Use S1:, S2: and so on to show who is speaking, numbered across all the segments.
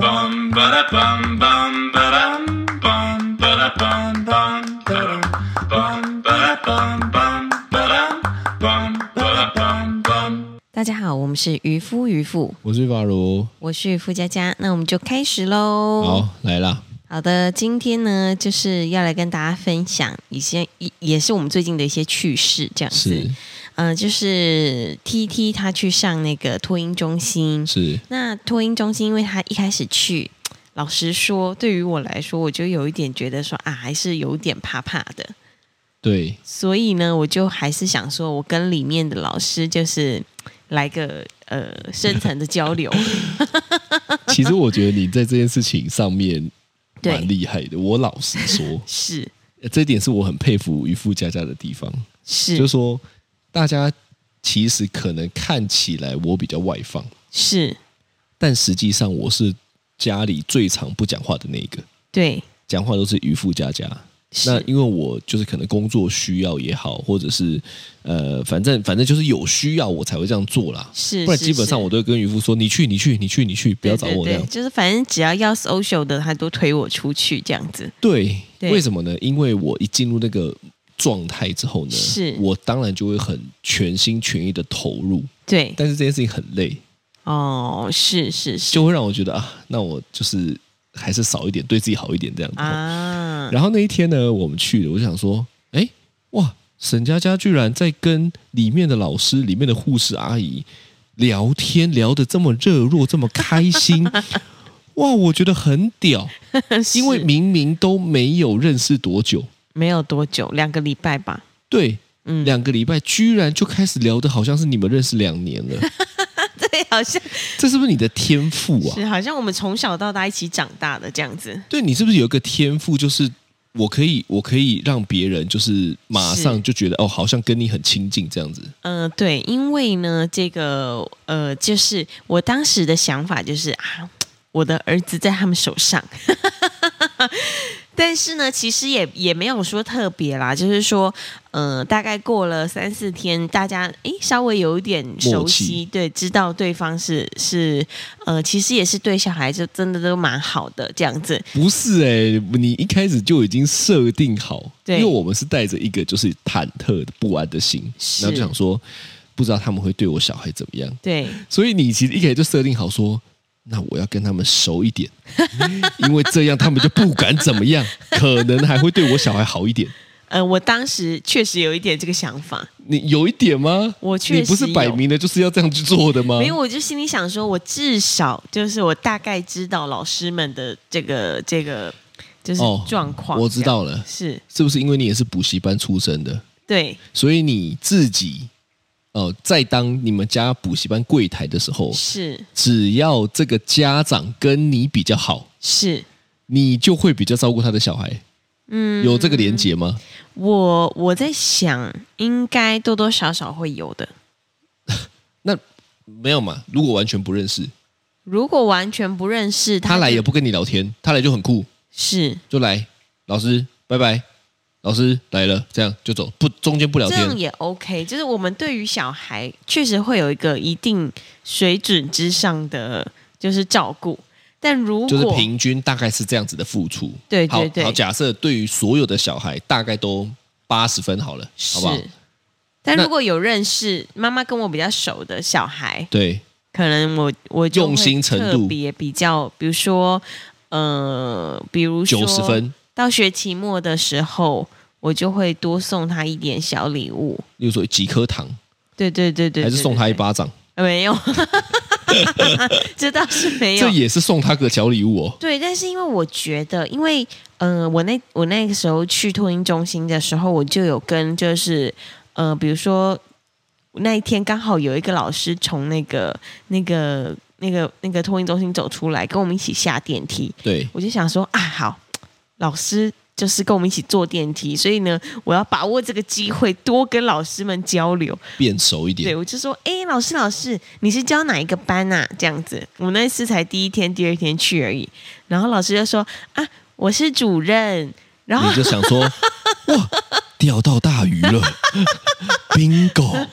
S1: bum ba da bum bum ba dum bum ba da bum bum ba dum bum ba da bum bum ba dum bum ba da bum bum。
S2: 大家好，我们是渔夫渔妇，
S3: 我是法如，
S2: 我是付佳佳，那我们就开始喽。
S3: 好，来啦。
S2: 好的，今天呢，就是要来跟大家分享一些，也是我们最近的一些趣事，这样子。
S3: 是，
S2: 就是 TT 他去上那个托婴中心，
S3: 是。
S2: 那托婴中心，因为他一开始去，老实说，对于我来说，我就有一点觉得说啊，还是有点怕怕的。
S3: 对，
S2: 所以呢，我就还是想说，我跟里面的老师就是来个深层的交流。
S3: 其实我觉得你在这件事情上面蛮厉害的。我老实说，
S2: 是
S3: 这一点是我很佩服渔夫佳佳的地方。
S2: 是，
S3: 就是说，大家其实可能看起来我比较外放，
S2: 是，
S3: 但实际上我是家里最常不讲话的那一个。
S2: 对，
S3: 讲话都是渔夫佳佳。那因为我就是可能工作需要也好，或者是反正就是有需要我才会这样做啦。
S2: 是，
S3: 不然基本上我都会跟渔夫说：“你去，不要找我这样。”
S2: 就是反正只要 social 的，他都推我出去这样子。
S3: 对，为什么呢？因为我一进入那个状态之后呢，
S2: 是我
S3: 当然就会很全心全意的投入。
S2: 对，
S3: 但是这件事情很累。
S2: 哦，是，
S3: 就会让我觉得啊，那我就是还是少一点，对自己好一点这样子啊。然后那一天呢，我们去了，我就想说，哎，哇，沈佳佳居然在跟里面的老师、里面的护士阿姨聊天，聊得这么热络，这么开心，哇，我觉得很屌，因为明明都没有认识多久，
S2: 没有多久，2个礼拜吧。
S3: 对，2个礼拜，居然就开始聊得好像是你们认识2年了。
S2: 对，好像
S3: 这是不是你的天赋啊？
S2: 是，好像我们从小到大一起长大的这样子。
S3: 对，你是不是有一个天赋，就是我可以让别人就是马上就觉得哦，好像跟你很亲近这样子？
S2: 对，因为呢，这个就是我当时的想法就是啊，我的儿子在他们手上。但是呢，其实也没有说特别啦，就是说，大概过了3-4天，大家稍微有一点熟悉，对，知道对方是其实也是对小孩就真的都蛮好的这样子。
S3: 不是你一开始就已经设定好，因为我们是带着一个就是忐忑不安的心，然后就想说，不知道他们会对我小孩怎么样，对，所以你其实一开始就设定好说，那我要跟他们熟一点，因为这样他们就不敢怎么样，可能还会对我小孩好一点。
S2: 我当时确实有一点这个想法。
S3: 你有一点吗？
S2: 我确实有。
S3: 你不是摆明了就是要这样去做的吗？
S2: 没有，我就心里想说，我至少就是我大概知道老师们的这个就是状况。
S3: 我知道了，是不是因为你也是补习班出身的？对，所以你自己。在当你们家补习班柜台的时候，是只要这个家长跟你比较好，是你就会比较照顾他的小孩。有这个连结吗？
S2: 我在想，应该多多少少会有的。
S3: 那没有嘛？如果完全不认识，他来也不跟你聊天，他来就很酷，是就来，老师拜拜。老师来了，这样就走，中间不聊天，
S2: 这样也 OK。就是我们对于小孩确实会有一个一定水准之上的就是照顾，但如果
S3: 就是平均大概是这样子的付出，
S2: 对，
S3: 好，假设对于所有的小孩大概都80分好了，好不好？
S2: 但如果有认识妈妈跟我比较熟的小孩，
S3: 对，
S2: 可能我就
S3: 用心程度
S2: 特别比较，比如说
S3: 90分。
S2: 到学期末的时候，我就会多送他一点小礼物，
S3: 例如说几颗糖，
S2: 对，还
S3: 是送他1巴掌？
S2: 没有，这倒是没有，
S3: 这也是送他个小礼物哦。
S2: 对，但是因为我觉得，因为我那个时候去托婴中心的时候，我就有跟就是比如说那一天刚好有一个老师从那个托婴中心走出来，跟我们一起下电梯，对，我就想说啊，好。老师就是跟我们一起坐电梯，所以呢，我要把握这个机会，多跟老师们交流，
S3: 变熟一点。
S2: 对，我就说，老师，你是教哪一个班啊？这样子，我那次才第1天、第2天去而已。然后老师就说啊，我是主任。然后
S3: 你就想说，哇，钓到大鱼了，bingo！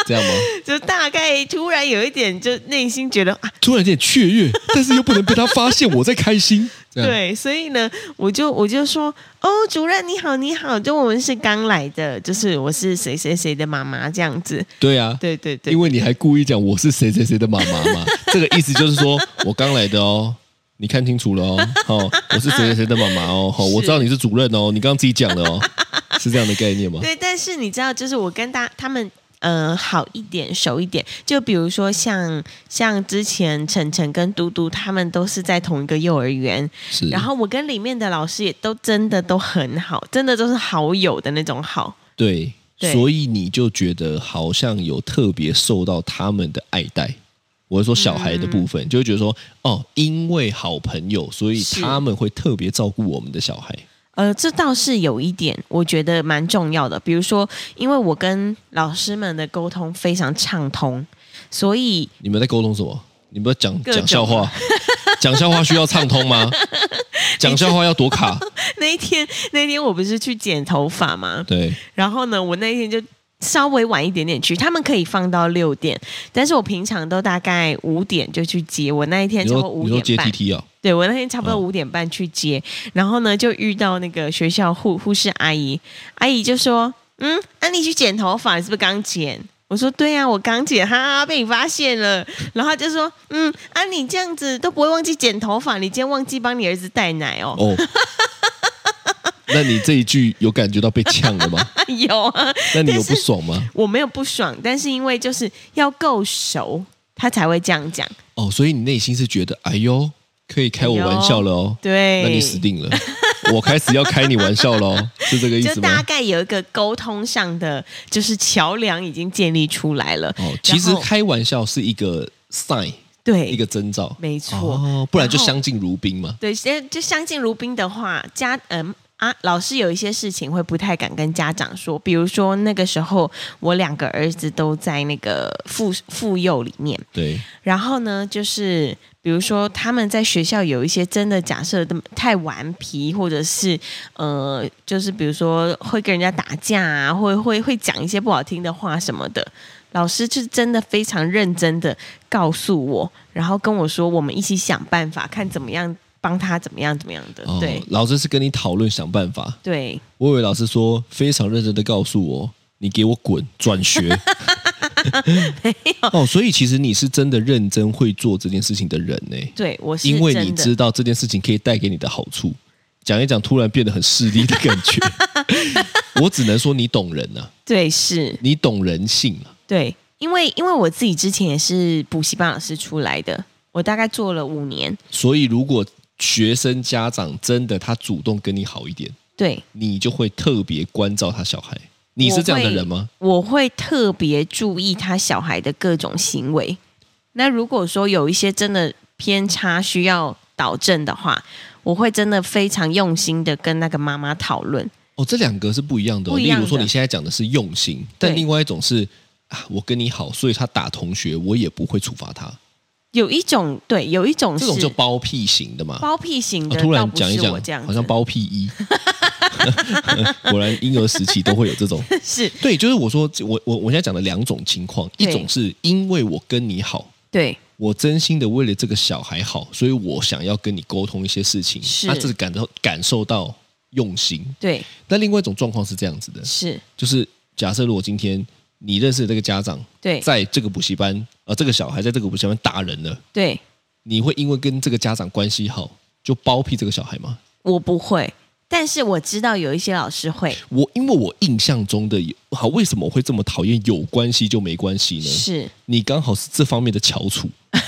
S3: 这样吗？
S2: 就大概突然有一点，就内心觉得啊，
S3: 突然有点雀跃，但是又不能被他发现我在开心。
S2: 对，所以呢，我就说，哦，主任你好，你好，就我们是刚来的，就是我是谁谁谁的妈妈这样子。
S3: 对啊，
S2: 对对对，
S3: 因为你还故意讲我是谁谁谁的妈妈嘛，这个意思就是说我刚来的哦，你看清楚了哦，我是谁谁谁的妈妈哦，我知道你是主任哦，你刚刚自己讲的哦，是这样的概念吗？
S2: 对，但是你知道，就是我跟他们。好一点，熟一点。就比如说像之前晨晨跟嘟嘟，他们都是在同一个幼儿园，然后我跟里面的老师也都真的都很好，真的都是好友的那种好。
S3: 对，所以你就觉得好像有特别受到他们的爱戴。我是说小孩的部分，就会觉得说，哦，因为好朋友，所以他们会特别照顾我们的小孩。
S2: 这倒是有一点，我觉得蛮重要的。比如说，因为我跟老师们的沟通非常畅通，所以你
S3: 们在沟通什么？你们讲笑话？讲笑话需要畅通吗？讲笑话要多卡？
S2: 那一天我不是去剪头发吗？
S3: 对。
S2: 然后呢，我那一天就稍微晚一点点去，他们可以放到6点，但是我平常都大概5点就去接。我那一天差不多5点半。
S3: 你说接 TT 啊？
S2: 对，我那天差不多5点半去接，然后呢就遇到那个学校护士阿姨，阿姨就说：“你去剪头发，你是不是刚剪？”我说：“对啊，我刚剪，哈，被你发现了。”然后他就说：“你这样子都不会忘记剪头发，你今天忘记帮你儿子带奶哦。”哦。
S3: 那你这一句有感觉到被呛了吗？
S2: 有啊。
S3: 那你有不爽吗？
S2: 我没有不爽，但是因为就是要够熟，他才会这样讲。
S3: 哦，所以你内心是觉得，哎呦，可以开我玩笑了哦。
S2: 对，
S3: 那你死定了，我开始要开你玩笑了哦，是这个意思吗？
S2: 就大概有一个沟通上的，就是桥梁已经建立出来了。
S3: 哦，其实开玩笑是一个 sign。
S2: 对，
S3: 一个征兆，
S2: 没错。
S3: 哦，不然就相敬如宾嘛。
S2: 对，就相敬如宾的话，老师有一些事情会不太敢跟家长说，比如说那个时候我2个儿子都在那个妇幼里面，
S3: 对。
S2: 然后呢，就是比如说他们在学校有一些真的假设太顽皮，或者是就是比如说会跟人家打架啊，会讲一些不好听的话什么的。老师就真的非常认真的告诉我，然后跟我说，我们一起想办法，看怎么样帮他怎么样的。对，
S3: 老师是跟你讨论想办法。
S2: 对，
S3: 我以为老师说非常认真的告诉我，你给我滚，转学。
S2: 没有
S3: 所以其实你是真的认真会做这件事情的人呢。
S2: 对，我是
S3: 因为你知道这件事情可以带给你的好处。讲一讲，突然变得很势利的感觉。我只能说你懂人啊。
S2: 对，是
S3: 你懂人性啊。
S2: 对，因为我自己之前也是补习班老师出来的，我大概做了5年。
S3: 所以如果学生家长真的他主动跟你好一点，
S2: 对，
S3: 你就会特别关照他小孩。你是这样的人吗？
S2: 我会特别注意他小孩的各种行为。那如果说有一些真的偏差需要导正的话，我会真的非常用心的跟那个妈妈讨论。
S3: 这2个是不一样的。例如说你现在讲的是用心，但另外一种是我跟你好，所以他打同学我也不会处罚他。
S2: 有一种是
S3: 这种就包庇型的嘛。
S2: 包庇型的，
S3: 突然讲一讲，好像包庇一。果然婴儿时期都会有这种。
S2: 是
S3: 对，就是我说我现在讲的2种情况，一种是因为我跟你好，
S2: 对，
S3: 我真心的为了这个小孩好，所以我想要跟你沟通一些事情，他这是感受到用心。
S2: 对，
S3: 但另外一种状况是这样子的，就是假设如果今天你认识的这个家长，
S2: 对，
S3: 在这个补习班，这个小孩在这个补习班打人了，
S2: 对，
S3: 你会因为跟这个家长关系好，就包庇这个小孩吗？
S2: 我不会，但是我知道有一些老师会。
S3: 因为我印象中的为什么我会这么讨厌有关系就没关系呢？
S2: 是
S3: 你刚好是这方面的翘楚。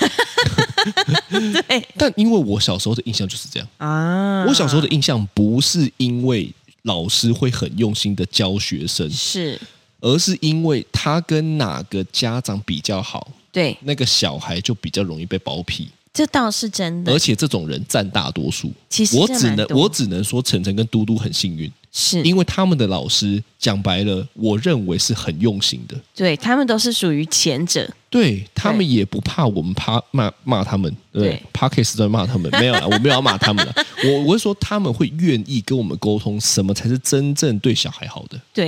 S2: 对，
S3: 但因为我小时候的印象就是这样
S2: 啊，
S3: 我小时候的印象不是因为老师会很用心的教学生，
S2: 是，
S3: 而是因为他跟哪个家长比较好，
S2: 对，
S3: 那个小孩就比较容易被包庇。
S2: 这倒是真的，
S3: 而且这种人占大多数。
S2: 其实
S3: 我只能说晨晨跟嘟嘟很幸运，
S2: 是
S3: 因为他们的老师讲白了，我认为是很用心的。
S2: 对，他们都是属于前者，
S3: 对，他们也不怕我们骂他们，对 ，Podcast 在骂他们，没有啦，我没有要骂他们啦。我会说他们会愿意跟我们沟通，什么才是真正对小孩好的。
S2: 对。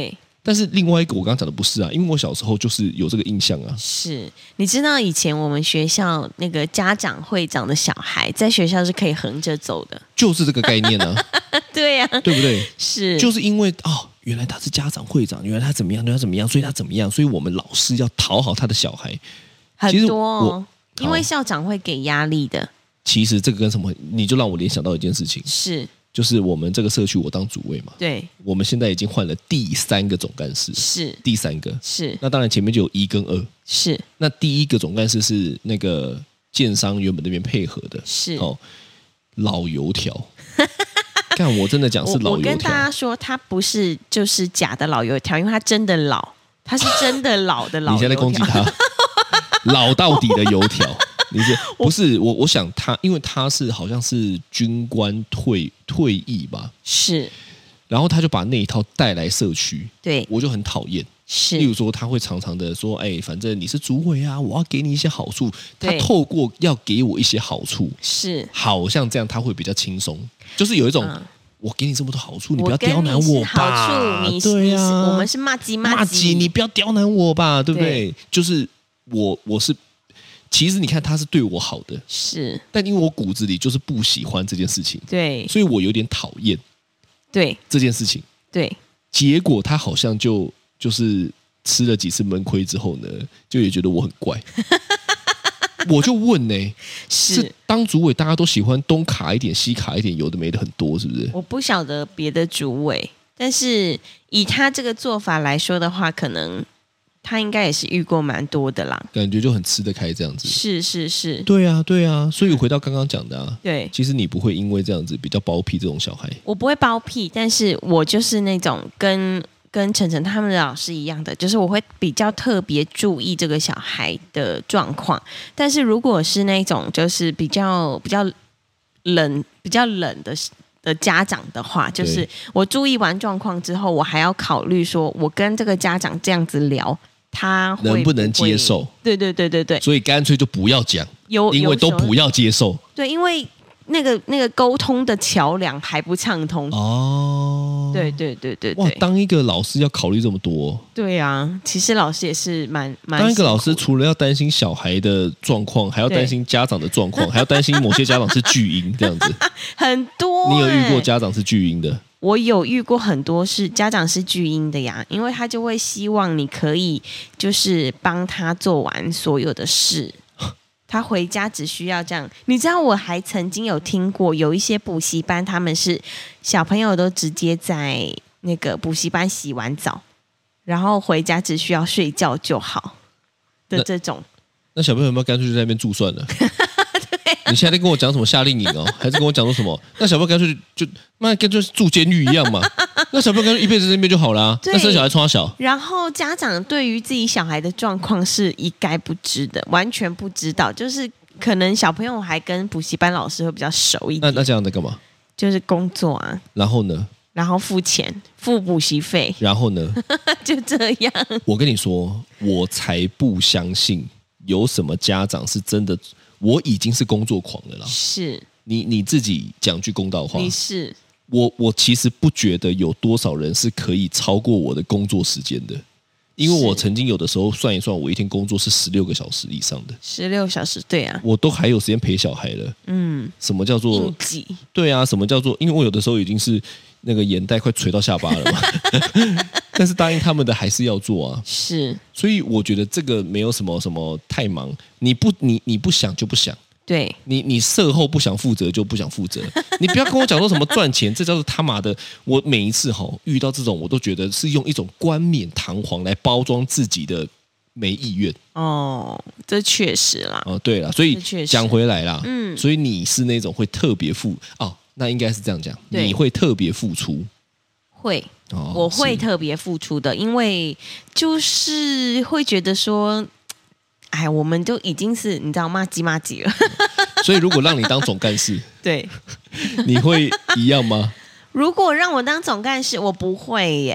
S3: 但是另外一个我刚刚讲的不是啊，因为我小时候就是有这个印象啊。
S2: 是，你知道以前我们学校那个家长会长的小孩在学校是可以横着走的，
S3: 就是这个概念啊。
S2: 对呀、
S3: 对不对？
S2: 是，
S3: 就是因为原来他是家长会长，原来他怎么样，对他怎么样，所以他怎么样，所以我们老师要讨好他的小孩。
S2: 很多哦，因为校长会给压力的。
S3: 其实这个跟什么，你就让我联想到一件事情，
S2: 是，
S3: 就是我们这个社区我当主委嘛，
S2: 对，
S3: 我们现在已经换了第3个总干事，
S2: 是
S3: 第3个，
S2: 是，
S3: 那当然前面就有1跟2，
S2: 是，
S3: 那第1个总干事是那个建商原本那边配合的，
S2: 是
S3: 老油条。看我真的讲是老油条，
S2: 我跟大家说，他不是就是假的老油条，因为他真的老，他是真的老的老油条。
S3: 你现在攻击他，老到底的油条。你是不是我想他，因为他是好像是军官退役吧，
S2: 是，
S3: 然后他就把那一套带来社区，
S2: 对，
S3: 我就很讨厌。
S2: 是，
S3: 例如说他会常常的说，反正你是主委啊，我要给你一些好处。他
S2: 对
S3: 透过要给我一些好处，
S2: 是，
S3: 好像这样他会比较轻松，就是有一种。我给你这么多好处，你不要
S2: 我跟
S3: 刁难我吧？
S2: 好处，
S3: 对呀、
S2: 我们是骂鸡，
S3: 你不要刁难我吧，对不对？就是我是，其实你看他是对我好的，
S2: 是，
S3: 但因为我骨子里就是不喜欢这件事情，
S2: 对，
S3: 所以我有点讨厌，
S2: 对
S3: 这件事情，
S2: 对。
S3: 结果他好像就是吃了几次闷亏之后呢，就也觉得我很怪。我就问呢，是当主委大家都喜欢东卡一点西卡一点，有的没的很多，是不是？
S2: 我不晓得别的主委，但是以他这个做法来说的话，可能他应该也是遇过蛮多的啦。
S3: 感觉就很吃得开这样子。
S2: 是。
S3: 对啊，对啊。所以回到刚刚讲的啊，
S2: 对，
S3: 其实你不会因为这样子比较包庇这种小孩。
S2: 我不会包庇，但是我就是那种跟晨晨他们的老师一样的，就是我会比较特别注意这个小孩的状况。但是如果是那种就是比较冷的家长的话，就是我注意完状况之后，我还要考虑说，我跟这个家长这样子聊，他会
S3: 能不能接受？
S2: 对。
S3: 所以干脆就不要讲，因为都不要接受。
S2: 对，因为那个沟通的桥梁还不畅通
S3: 哦。
S2: 对。
S3: 哇，当一个老师要考虑这么多。
S2: 对啊，其实老师也是蛮
S3: 当一个老师，除了要担心小孩的状况，还要担心家长的状况，还要担心某些家长是巨婴这样子。
S2: 很多。
S3: 你有遇过家长是巨婴的？
S2: 我有遇过很多是家长是巨婴的呀，因为他就会希望你可以就是帮他做完所有的事。他回家只需要这样，你知道我还曾经有听过有一些补习班，他们是小朋友都直接在那个补习班洗完澡，然后回家只需要睡觉就好的这种。
S3: 那小朋友有没有干脆就在那边住算了？你现在在跟我讲什么夏令营哦？还是跟我讲说什么？那小朋友干脆就跟就是住监狱一样嘛？那小朋友干脆一辈子在那边就好啦。那生小孩冲小。然
S2: 后家长对于自己小孩的状况是一概不知的，完全不知道。就是可能小朋友还跟补习班老师会比较熟一点。
S3: 那这样在干嘛？
S2: 就是工作啊。
S3: 然后呢？
S2: 然后付钱，付补习费。
S3: 然后呢？
S2: 就这样。
S3: 我跟你说，我才不相信有什么家长是真的。我已经是工作狂了啦。
S2: 是
S3: 你自己讲句公道话。
S2: 你是
S3: 我其实不觉得有多少人是可以超过我的工作时间的，因为我曾经有的时候算一算，我一天工作是16个小时以上的。
S2: 16小时，对啊，
S3: 我都还有时间陪小孩了。什么叫做
S2: 应急？
S3: 对啊，什么叫做？因为我有的时候已经是那个眼袋快垂到下巴了嘛，但是答应他们的还是要做啊。
S2: 是，
S3: 所以我觉得这个没有什么太忙，你不想就不想。
S2: 对，
S3: 你事后不想负责就不想负责，你不要跟我讲说什么赚钱，这叫做他妈的！我每一次遇到这种，我都觉得是用一种冠冕堂皇来包装自己的没意愿。
S2: 哦，这确实啦。
S3: 哦，对啦，所以讲回来啦，所以你是那种会特别那应该是这样讲，你会特别付出。
S2: 会，我会特别付出的，因为就是会觉得说。哎，我们就已经是你知道骂鸡了，
S3: 所以如果让你当总干事，
S2: 对，
S3: 你会一样吗？
S2: 如果让我当总干事，我不会耶，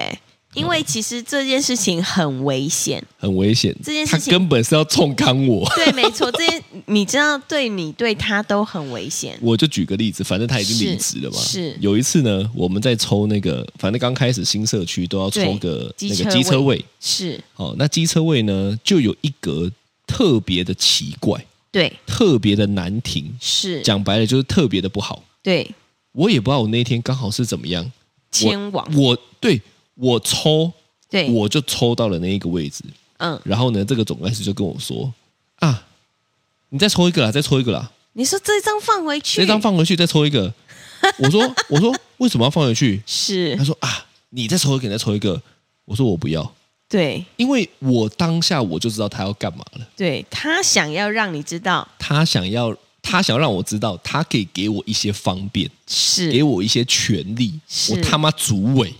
S2: 因为其实这件事情很危险，
S3: 很危险。
S2: 这件事情
S3: 他根本是要冲康我。
S2: 对，没错，你知道，对你对他都很危险。
S3: 我就举个例子，反正他已经离职了嘛。
S2: 是
S3: 有一次呢，我们在抽那个，反正刚开始新社区都要抽个那个机车位。
S2: 是。
S3: 那机车位呢，就有一格特别的奇怪，
S2: 对，
S3: 特别的难停。
S2: 是。
S3: 讲白了就是特别的不好。
S2: 对。
S3: 我也不知道我那天刚好是怎么样。
S2: 前往。
S3: 我抽，
S2: 对，
S3: 我就抽到了那一个位置，然后呢，这个总干事就跟我说啊，你再抽一个啦，再抽一个啦。
S2: 你说这张放回去，
S3: 这张放回去，再抽一个。我说为什么要放回去？
S2: 是，
S3: 他说啊，你再抽一个，你再抽一个。我说我不要，
S2: 对，
S3: 因为我当下我就知道他要干嘛了。
S2: 对，他想要让你知道，
S3: 他想让我知道，他可以给我一些方便，
S2: 是
S3: 给我一些权利，我他妈主委。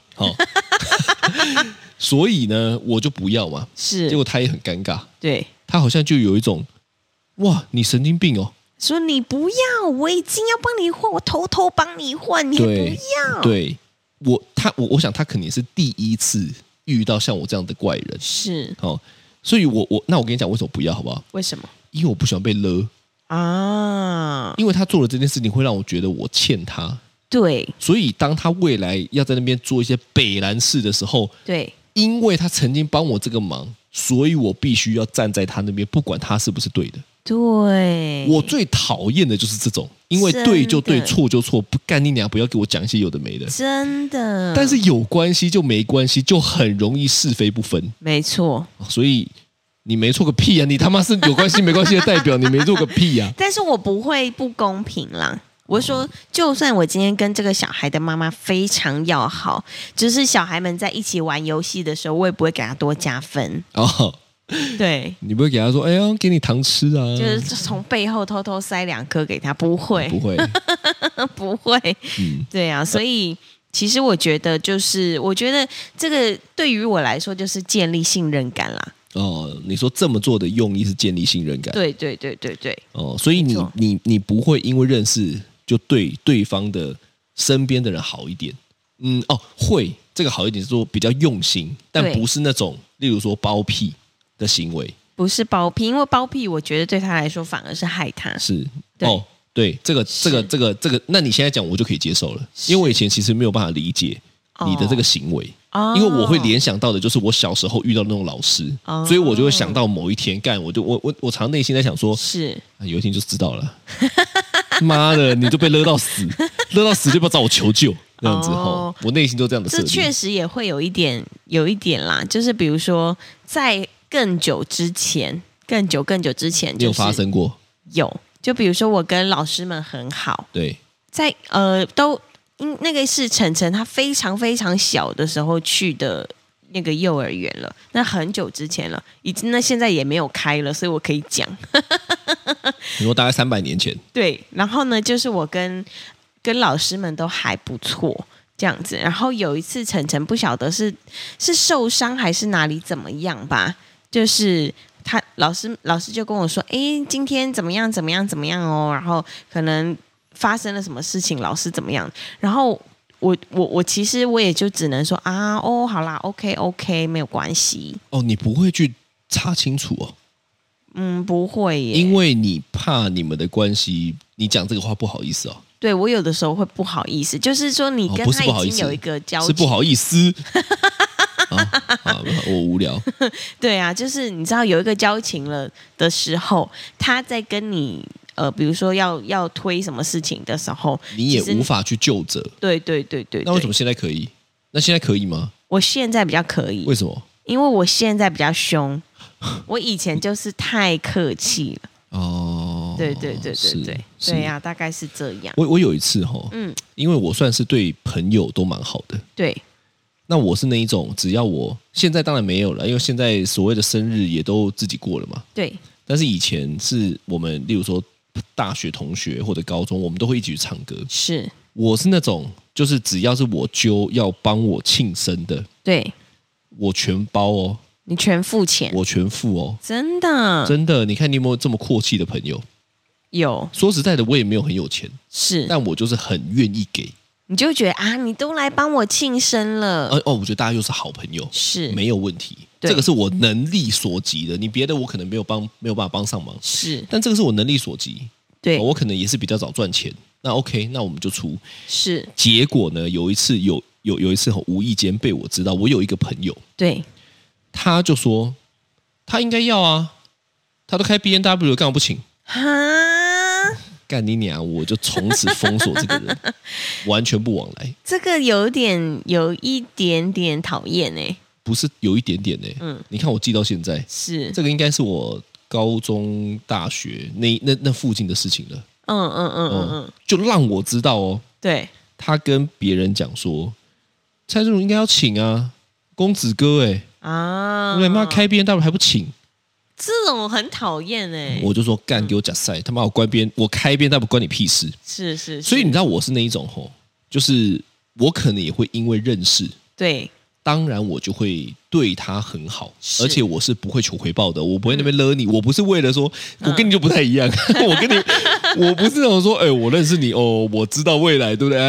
S3: 所以呢，我就不要嘛。
S2: 是，
S3: 结果他也很尴尬。
S2: 对，他
S3: 好像就有一种，哇，你神经病哦！
S2: 说你不要，我已经要帮你换，我偷偷帮你换，你不要。
S3: 对，我想他肯定是第一次遇到像我这样的怪人。
S2: 是，
S3: 所以那我跟你讲，为什么不要，好不好？
S2: 为什么？
S3: 因为我不喜欢被勒啊！因为他做了这件事情，会让我觉得我欠他。对，所以当他未来要在那边做一些北兰事的时候，对，因为他曾经帮我这个忙，所以我必须要站在他那边，不管他是不是对的。对，我最讨厌的就是这种，因为对就对，错就错，不干你娘，不要给我讲一些有的没的。真的，但是有关系就没关系，就很容易是非不分。没错，所以你没错个屁啊！你他妈是有关系没关系的代表，你没做个屁啊！但是我不会不公平啦。我说，就算我今天跟这个小孩的妈妈非常要好，就是小孩们在一起玩游戏的时候，我也不会给他多加分。哦，对，你不会给他说，哎呀，给你糖吃啊，就是从背后偷偷塞2颗给他，不会，不会，不会。对啊，所以其实我觉得，我觉得这个对于我来说，就是建立信任感啦。哦，你说这么做的用意是建立信任感？对对对对对。哦，所以你不会因为认识就对对方的身边的人好一点。会这个好一点是说比较用心，但不是那种例如说包庇的行为。不是包庇，因为包庇我觉得对他来说反而是害他。是哦，对，这个，那你现在讲我就可以接受了，因为我以前其实没有办法理解你的这个行为。因为我会联想到的就是我小时候遇到那种老师，所以我就会想到某一天我常内心在想说，是有一天就知道了，妈的，你就被勒到死，勒到死就不要找我求救，这样子我内心都这样的设定。这确实也会有一点啦，就是比如说在更久之前，你有发生过？有，就比如说我跟老师们很好，对，在那个是晨晨他非常非常小的时候去的那个幼儿园了，那很久之前了，那现在也没有开了，所以我可以讲。你说大概300年前？对，然后呢，就是我跟老师们都还不错这样子，然后有一次晨晨不晓得是受伤还是哪里怎么样吧，就是老师就跟我说，今天怎么样哦，然后可能发生了什么事情，老师怎么样？然后我其实我也就只能说好啦 ，OK， 没有关系。哦，你不会去查清楚哦？不会耶，因为你怕你们的关系，你讲这个话不好意思哦。对，我有的时候会不好意思，就是说你跟他已经有一个交情，是不好意思。我无聊。对啊，就是你知道有一个交情了的时候，他在跟你。比如说要推什么事情的时候，你也无法去究责。对。那为什么现在可以？那现在可以吗？我现在比较可以。为什么？因为我现在比较凶，我以前就是太客气了。哦，对，对呀，大概是这样。我有一次因为我算是对朋友都蛮好的。对。那我是那一种，只要我现在当然没有了，因为现在所谓的生日也都自己过了嘛。对。但是以前是我们，例如说。大学同学或者高中，我们都会一起去唱歌。是，我是那种，就是只要是我揪要帮我庆生的，对，我全包哦。你全付钱？我全付哦。真的？真的？你看你有没有这么阔气的朋友？有。说实在的，我也没有很有钱，是，但我就是很愿意给。
S2: 你就觉得啊，你都来帮我庆生了，
S3: 我觉得大家又是好朋友，
S2: 是
S3: 没有问题。这个是我能力所及的，你别的我可能没有办法帮上忙，
S2: 是，
S3: 但这个是我能力所及。
S2: 对，
S3: 我可能也是比较早赚钱，那 OK， 那我们就出。
S2: 是，
S3: 结果呢，有一次无意间被我知道，我有一个朋友，
S2: 对，
S3: 他就说他应该要啊，他都开 BMW 了，干嘛不请？
S2: 哈，
S3: 干你娘！我就从此封锁这个人，完全不往来。
S2: 这个有一点点讨厌哎。
S3: 不是有一点点呢，你看我记到现在，
S2: 是
S3: 这个应该是我高中、大学那附近的事情了。就让我知道哦，
S2: 对，
S3: 他跟别人讲说，蔡正儒应该要请啊，公子哥
S2: 啊，
S3: 对，妈开 BMW 还不请，
S2: 这种很讨厌
S3: 我就说干给我假赛，他妈我开 BMW 关你屁事，
S2: 是，
S3: 所以你知道我是那一种就是我可能也会因为认识，
S2: 对。
S3: 当然，我就会对他很好，而且我是不会求回报的，我不会那边勒你，我不是为了说，我跟你就不太一样，我不是那种说，我认识你哦，我知道未来，对不对？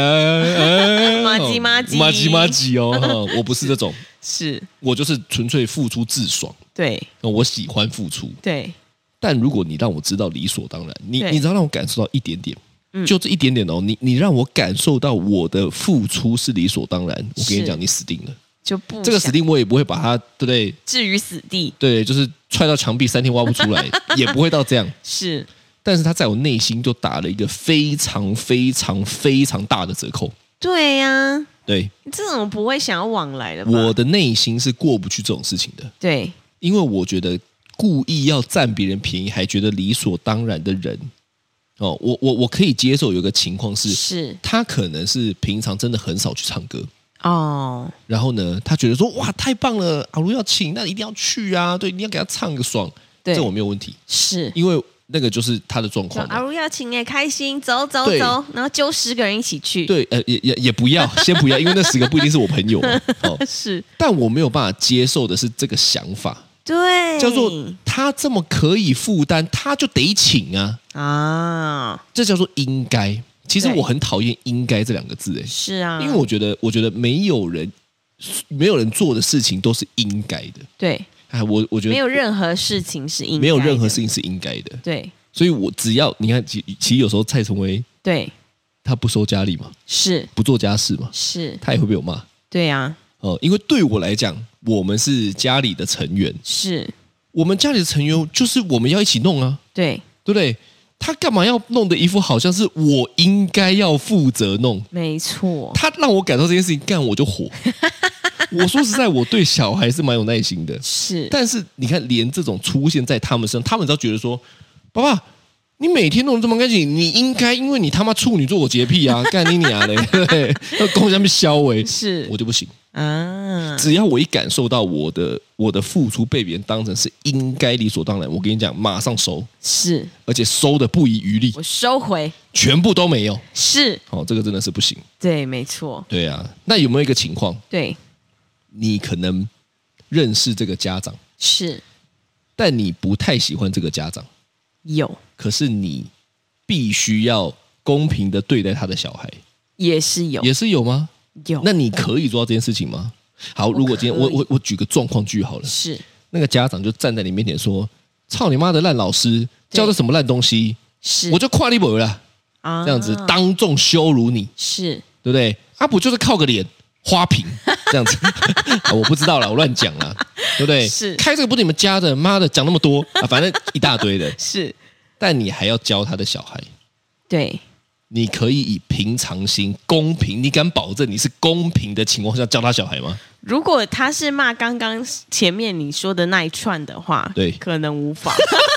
S3: 麻吉哦，我不是这种，
S2: 是
S3: 我就是纯粹付出自爽，
S2: 对，
S3: 我喜欢付出，
S2: 对。
S3: 但如果你让我知道理所当然，你只要让我感受到一点点。就这一点点哦，你让我感受到我的付出是理所当然，我跟你讲，你死定了。
S2: 就不
S3: 这个死定我也不会把它，对不对？
S2: 置于死地，
S3: 对，就是踹到墙壁3天挖不出来，也不会到这样。
S2: 是，
S3: 但是他在我内心就打了一个非常非常非常大的折扣。
S2: 对呀，
S3: 对，
S2: 这种不会想要往来的吧？
S3: 我的内心是过不去这种事情的。
S2: 对，
S3: 因为我觉得故意要占别人便宜，还觉得理所当然的人。我可以接受有一个情况是他可能是平常真的很少去唱歌然后呢，他觉得说哇太棒了，阿如要请，那一定要去啊，对，一定要给他唱个爽，这我没有问题，
S2: 是
S3: 因为那个就是他的状况。
S2: 阿如要请开心，走，然后揪10个人一起去，
S3: 对，也不要，先不要，因为那10个不一定是我朋友嘛，
S2: 是，
S3: 但我没有办法接受的是这个想法。
S2: 对，
S3: 叫做他这么可以负担，他就得请啊，这叫做应该。其实我很讨厌"应该"这2个字，
S2: 是啊，
S3: 因为我觉得没有人做的事情都是应该的，
S2: 对，
S3: 我觉得
S2: 没有任何事情是应该的，
S3: 没有任何事情是应该的，
S2: 对，
S3: 所以我只要你看，其实有时候蔡崇威
S2: 对
S3: 他不收家里嘛，
S2: 是
S3: 不做家事嘛，
S2: 是，
S3: 他也会被我骂，
S2: 对啊，
S3: 因为对我来讲，我们是家里的成员，
S2: 是
S3: 我们家里的成员，就是我们要一起弄啊，
S2: 对
S3: 不对？他干嘛要弄的一副好像是我应该要负责弄？
S2: 没错，
S3: 他让我感到这件事情，干我就火。我说实在，我对小孩是蛮有耐心的，
S2: 是。但
S3: 是你看，连这种出现在他们身上，他们只要觉得说，爸爸，你每天弄得这么干净，你应该因为你他妈处女座有洁癖啊，干你娘嘞，对不对？要攻下面消为，
S2: 是
S3: 我就不行。
S2: 只
S3: 要我一感受到我的付出被别人当成是应该理所当然，我跟你讲，马上收，
S2: 是，
S3: 而且收的不遗余力，
S2: 我收回，
S3: 全部都没有，
S2: 是，
S3: 这个真的是不行，
S2: 对，没错，
S3: 对啊，那有没有一个情况，
S2: 对，
S3: 你可能认识这个家长，
S2: 是，
S3: 但你不太喜欢这个家长，
S2: 有，
S3: 可是你必须要公平的对待他的小孩，
S2: 也是有
S3: 吗？
S2: 有，
S3: 那你可以做到这件事情吗？好，如果今天我举个状况句好了，
S2: 是
S3: 那个家长就站在你面前说：“操你妈的烂老师，教的什么烂东西？”
S2: 是，
S3: 我就跨你不了这样子当众羞辱你，
S2: 是
S3: 对不对？不就是靠个脸花瓶这样子？我不知道啦，我乱讲啦，对不对？
S2: 是，
S3: 开这个不是你们家的，妈的讲那么多反正一大堆的，
S2: 是，
S3: 但你还要教他的小孩，
S2: 对。
S3: 你可以以平常心、公平，你敢保证你是公平的情况下教他小孩吗？
S2: 如果他是骂刚刚前面你说的那一串的话，
S3: 对，
S2: 可能无法。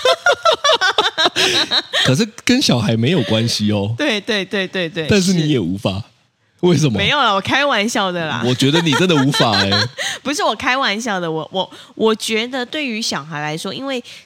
S3: 可是跟小孩没有关系哦。
S2: 对，
S3: 但是你也无法，为什么？
S2: 没有啦，我开玩笑的啦。
S3: 我觉得你真的无法
S2: 不是我开玩笑的，我觉得对于小孩来说，因为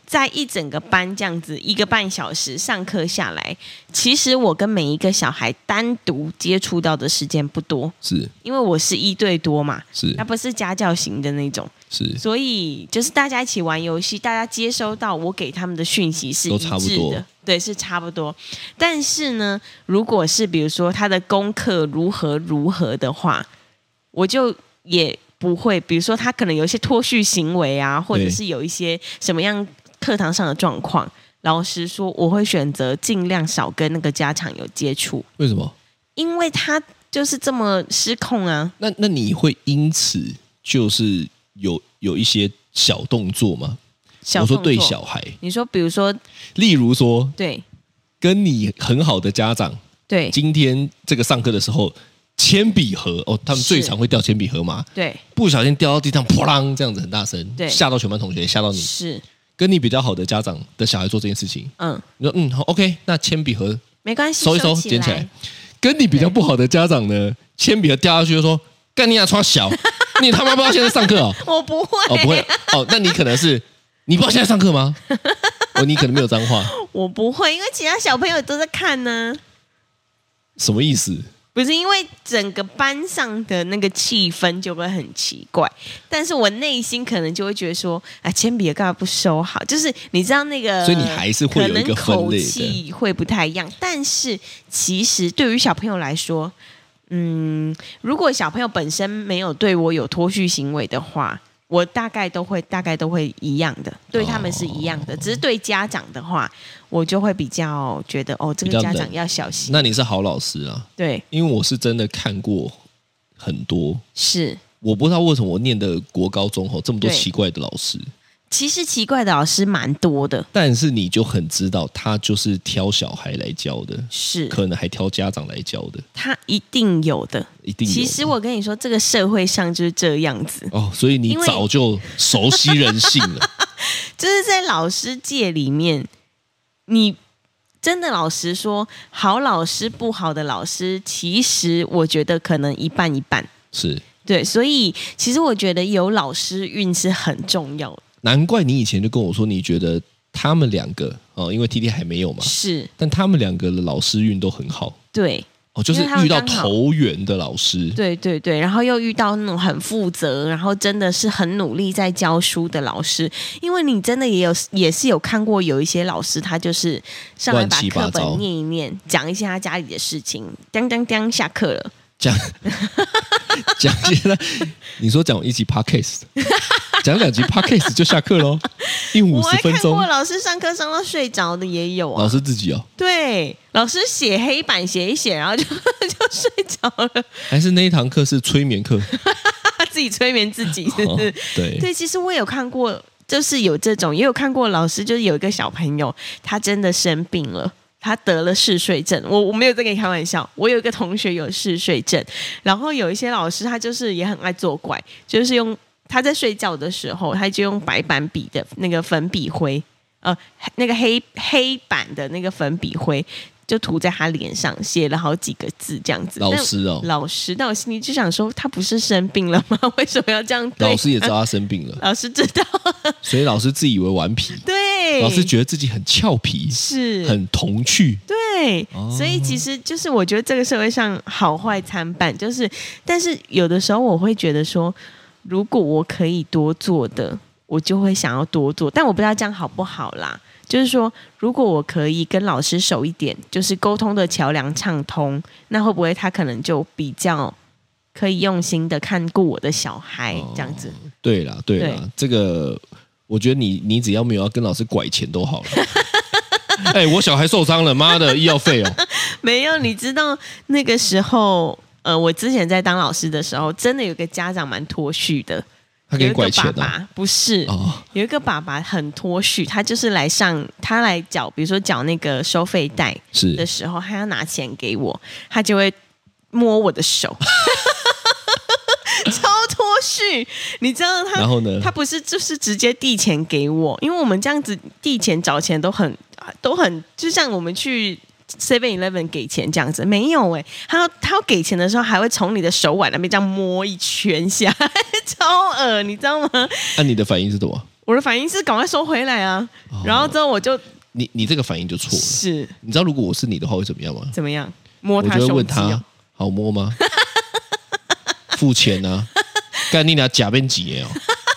S2: 在一整个班这样子1个半小时上课下来，其实我跟每一个小孩单独接触到的时间不多，
S3: 是
S2: 因为我是1对多嘛，
S3: 是
S2: 他不是家教型的那种，
S3: 是，
S2: 所以就是大家一起玩游戏，大家接收到我给他们的讯息是一
S3: 都
S2: 致
S3: 差不多
S2: 的，对，是差不多。但是呢，如果是比如说他的功课如何的话，我就也不会，比如说他可能有一些脱序行为啊，或者是有一些什么样课堂上的状况，老实说，我会选择尽量少跟那个家长有接触。
S3: 为什么？
S2: 因为他就是这么失控啊。
S3: 那你会因此就是有一些小动作吗？
S2: 小动作
S3: 我说对小孩，
S2: 你说比如说，
S3: 例如说，
S2: 对
S3: 跟你很好的家长，
S2: 对
S3: 今天这个上课的时候，铅笔盒哦，他们最常会掉铅笔盒嘛，
S2: 对
S3: 不小心掉到地上，砰啷这样子很大声，
S2: 对
S3: 吓到全班同学，吓到你。
S2: 是，
S3: 跟你比较好的家长的小孩做这件事情，你说好 OK， 那铅笔盒
S2: 没关系，
S3: 收一收，捡起来。跟你比较不好的家长呢，铅笔盒掉下去就说干你啊，穿小，你他妈不知道现在上课哦？
S2: 我不会
S3: 哦，不会哦，那你可能是你不知道现在上课吗？哦，你可能没有脏话，
S2: 我不会，因为其他小朋友都在看呢。
S3: 什么意思？
S2: 不是因为整个班上的那个气氛就会很奇怪，但是我内心可能就会觉得说，啊，铅笔干嘛不收好？就是你知道那个，
S3: 所以你还是会有一个分类的，
S2: 可能口气会不太一样。但是其实对于小朋友来说，如果小朋友本身没有对我有脱序行为的话，我大概都会一样的，对他们是一样的。只是对家长的话，我就会比较觉得这个家长要小心。
S3: 那你是好老师啊？
S2: 对，
S3: 因为我是真的看过很多，
S2: 是
S3: 我不知道为什么我念的国高中这么多奇怪的老师。
S2: 其实奇怪的老师蛮多的，
S3: 但是你就很知道，他就是挑小孩来教的，
S2: 是
S3: 可能还挑家长来教的，
S2: 他一定有的，
S3: 一定有。
S2: 其实我跟你说，这个社会上就是这样子
S3: 哦，所以你早就熟悉人性了。
S2: 就是在老师界里面，你真的老实说，好老师不好的老师，其实我觉得可能一半一半。
S3: 是，
S2: 对，所以其实我觉得有老师运是很重要的。
S3: 难怪你以前就跟我说，你觉得他们两个因为 TT 还没有嘛，
S2: 是，
S3: 但他们两个的老师运都很好。
S2: 对，
S3: 就是遇到投缘的老师，
S2: 对对对，然后又遇到那种很负责，然后真的是很努力在教书的老师。因为你真的也是有看过有一些老师，他就是上来把课本念一念，讲一些他家里的事情，当当当，下课了。
S3: 讲一些，你说讲一集 podcast， 讲2集 podcast 就下课咯，一50分钟。
S2: 我还看过老师上课上到睡着的也有啊。
S3: 老师自己哦？
S2: 对，老师写黑板写一写，然后就睡着了。
S3: 还是那一堂课是催眠课？
S2: 自己催眠自己，是不是？对，其实我有看过，就是有这种，也有看过老师，就是有一个小朋友，他真的生病了。他得了嗜睡症，我没有在跟你开玩笑。我有一个同学有嗜睡症，然后有一些老师他就是也很爱作怪，就是他在睡觉的时候，他就用白板笔的那个粉笔灰，那个黑板的那个粉笔灰，就涂在他脸上，写了好几个字这样子。
S3: 老师哦，
S2: 老师，但我心里就想说，他不是生病了吗？为什么要这样对？
S3: 老师也知道他生病了，
S2: 老师知道，
S3: 所以老师自以为顽皮，
S2: 对，
S3: 老师觉得自己很俏皮，
S2: 是
S3: 很童趣，
S2: 对，所以其实就是我觉得这个社会上好坏参半，就是但是有的时候我会觉得说，如果我可以多做的，我就会想要多做，但我不知道这样好不好啦。就是说，如果我可以跟老师熟一点，就是沟通的桥梁畅通，那会不会他可能就比较可以用心的看顾我的小孩这样子？
S3: 对啦，这个我觉得你只要没有要跟老师拐钱都好了。我小孩受伤了，妈的医药费哦。
S2: 没有，你知道那个时候，我之前在当老师的时候，真的有个家长蛮脱序的。
S3: 他给你拐钱的？
S2: 有一个爸爸不是，有一个爸爸很脱序，他就是来缴，比如说缴那个收费袋的时候，他要拿钱给我，他就会摸我的手，超脱序。你知道他？
S3: 然后呢？
S2: 他不是就是直接递钱给我，因为我们这样子递钱找钱都很，就像我们去 7-Eleven 给钱这样子，没有他要给钱的时候，还会从你的手腕那边这样摸一圈下来，超恶，你知道吗？
S3: 你的反应是什么？
S2: 我的反应是赶快收回来啊，然后之后我就
S3: 你这个反应就错了。
S2: 是，
S3: 你知道如果我是你的话会怎么样吗？
S2: 怎么样？摸
S3: 我就会
S2: 他胸肌
S3: 问他好摸吗？付钱啊？干你俩假边几耶哦？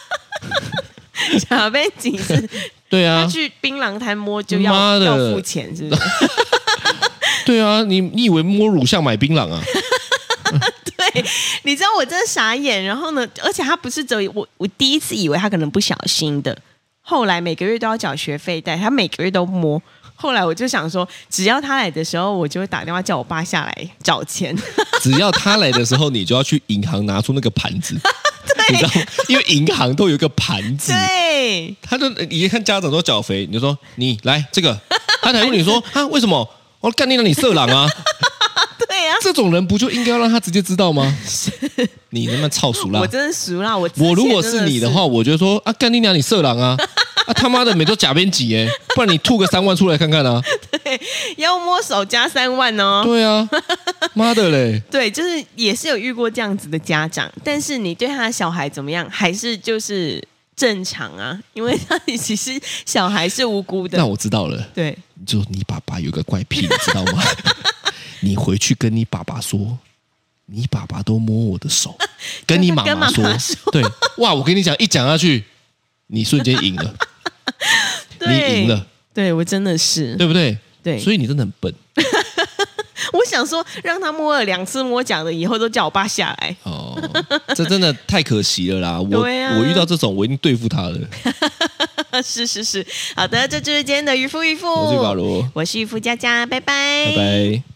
S2: 小贝几是？
S3: 对啊，
S2: 他去槟榔摊摸就
S3: 妈的
S2: 要付钱，是不是？
S3: 对啊，你以为摸乳像买槟榔啊？
S2: 对，你知道我真的傻眼。然后呢，而且他不是只有我第一次以为他可能不小心的，后来每个月都要缴学费贷，他每个月都摸。后来我就想说，只要他来的时候，我就会打电话叫我爸下来找钱。
S3: 只要他来的时候，你就要去银行拿出那个盘子，你知道吗？因为银行都有一个盘子，
S2: 对，
S3: 他就你一看家长都缴肥，你就说你来这个，他才问你说啊为什么？我干你让你色狼啊！
S2: 对啊，
S3: 这种人不就应该要让他直接知道吗？你他妈操熟啦！
S2: 我真的熟啦！我
S3: 如果是你的话，我就说啊干你娘你色狼啊！啊他妈的每周假编辑耶，不然你吐个3万出来看看啊！
S2: 对，要摸手加3万哦。
S3: 对啊，妈的嘞！
S2: 对，就是也是有遇过这样子的家长，但是你对他的小孩怎么样，还是就是正常啊，因为他其实小孩是无辜的。
S3: 那我知道了，
S2: 对，
S3: 就你爸爸有个怪癖，你知道吗？你回去跟你爸爸说，你爸爸都摸我的手，跟你妈妈说，对，哇，我跟你讲，一讲下去，你瞬间赢了，你赢了，
S2: 对我真的是，
S3: 对不对？
S2: 对，
S3: 所以你真的很笨。
S2: 我想说，让他摸了2次摸奖的，以后都叫我爸下来。
S3: 哦，这真的太可惜了啦！我遇到这种，我一定对付他了。
S2: 是，好的，这就是今天的渔夫渔妇。
S3: 我是保罗，
S2: 我是渔夫佳佳，拜拜，
S3: 拜拜。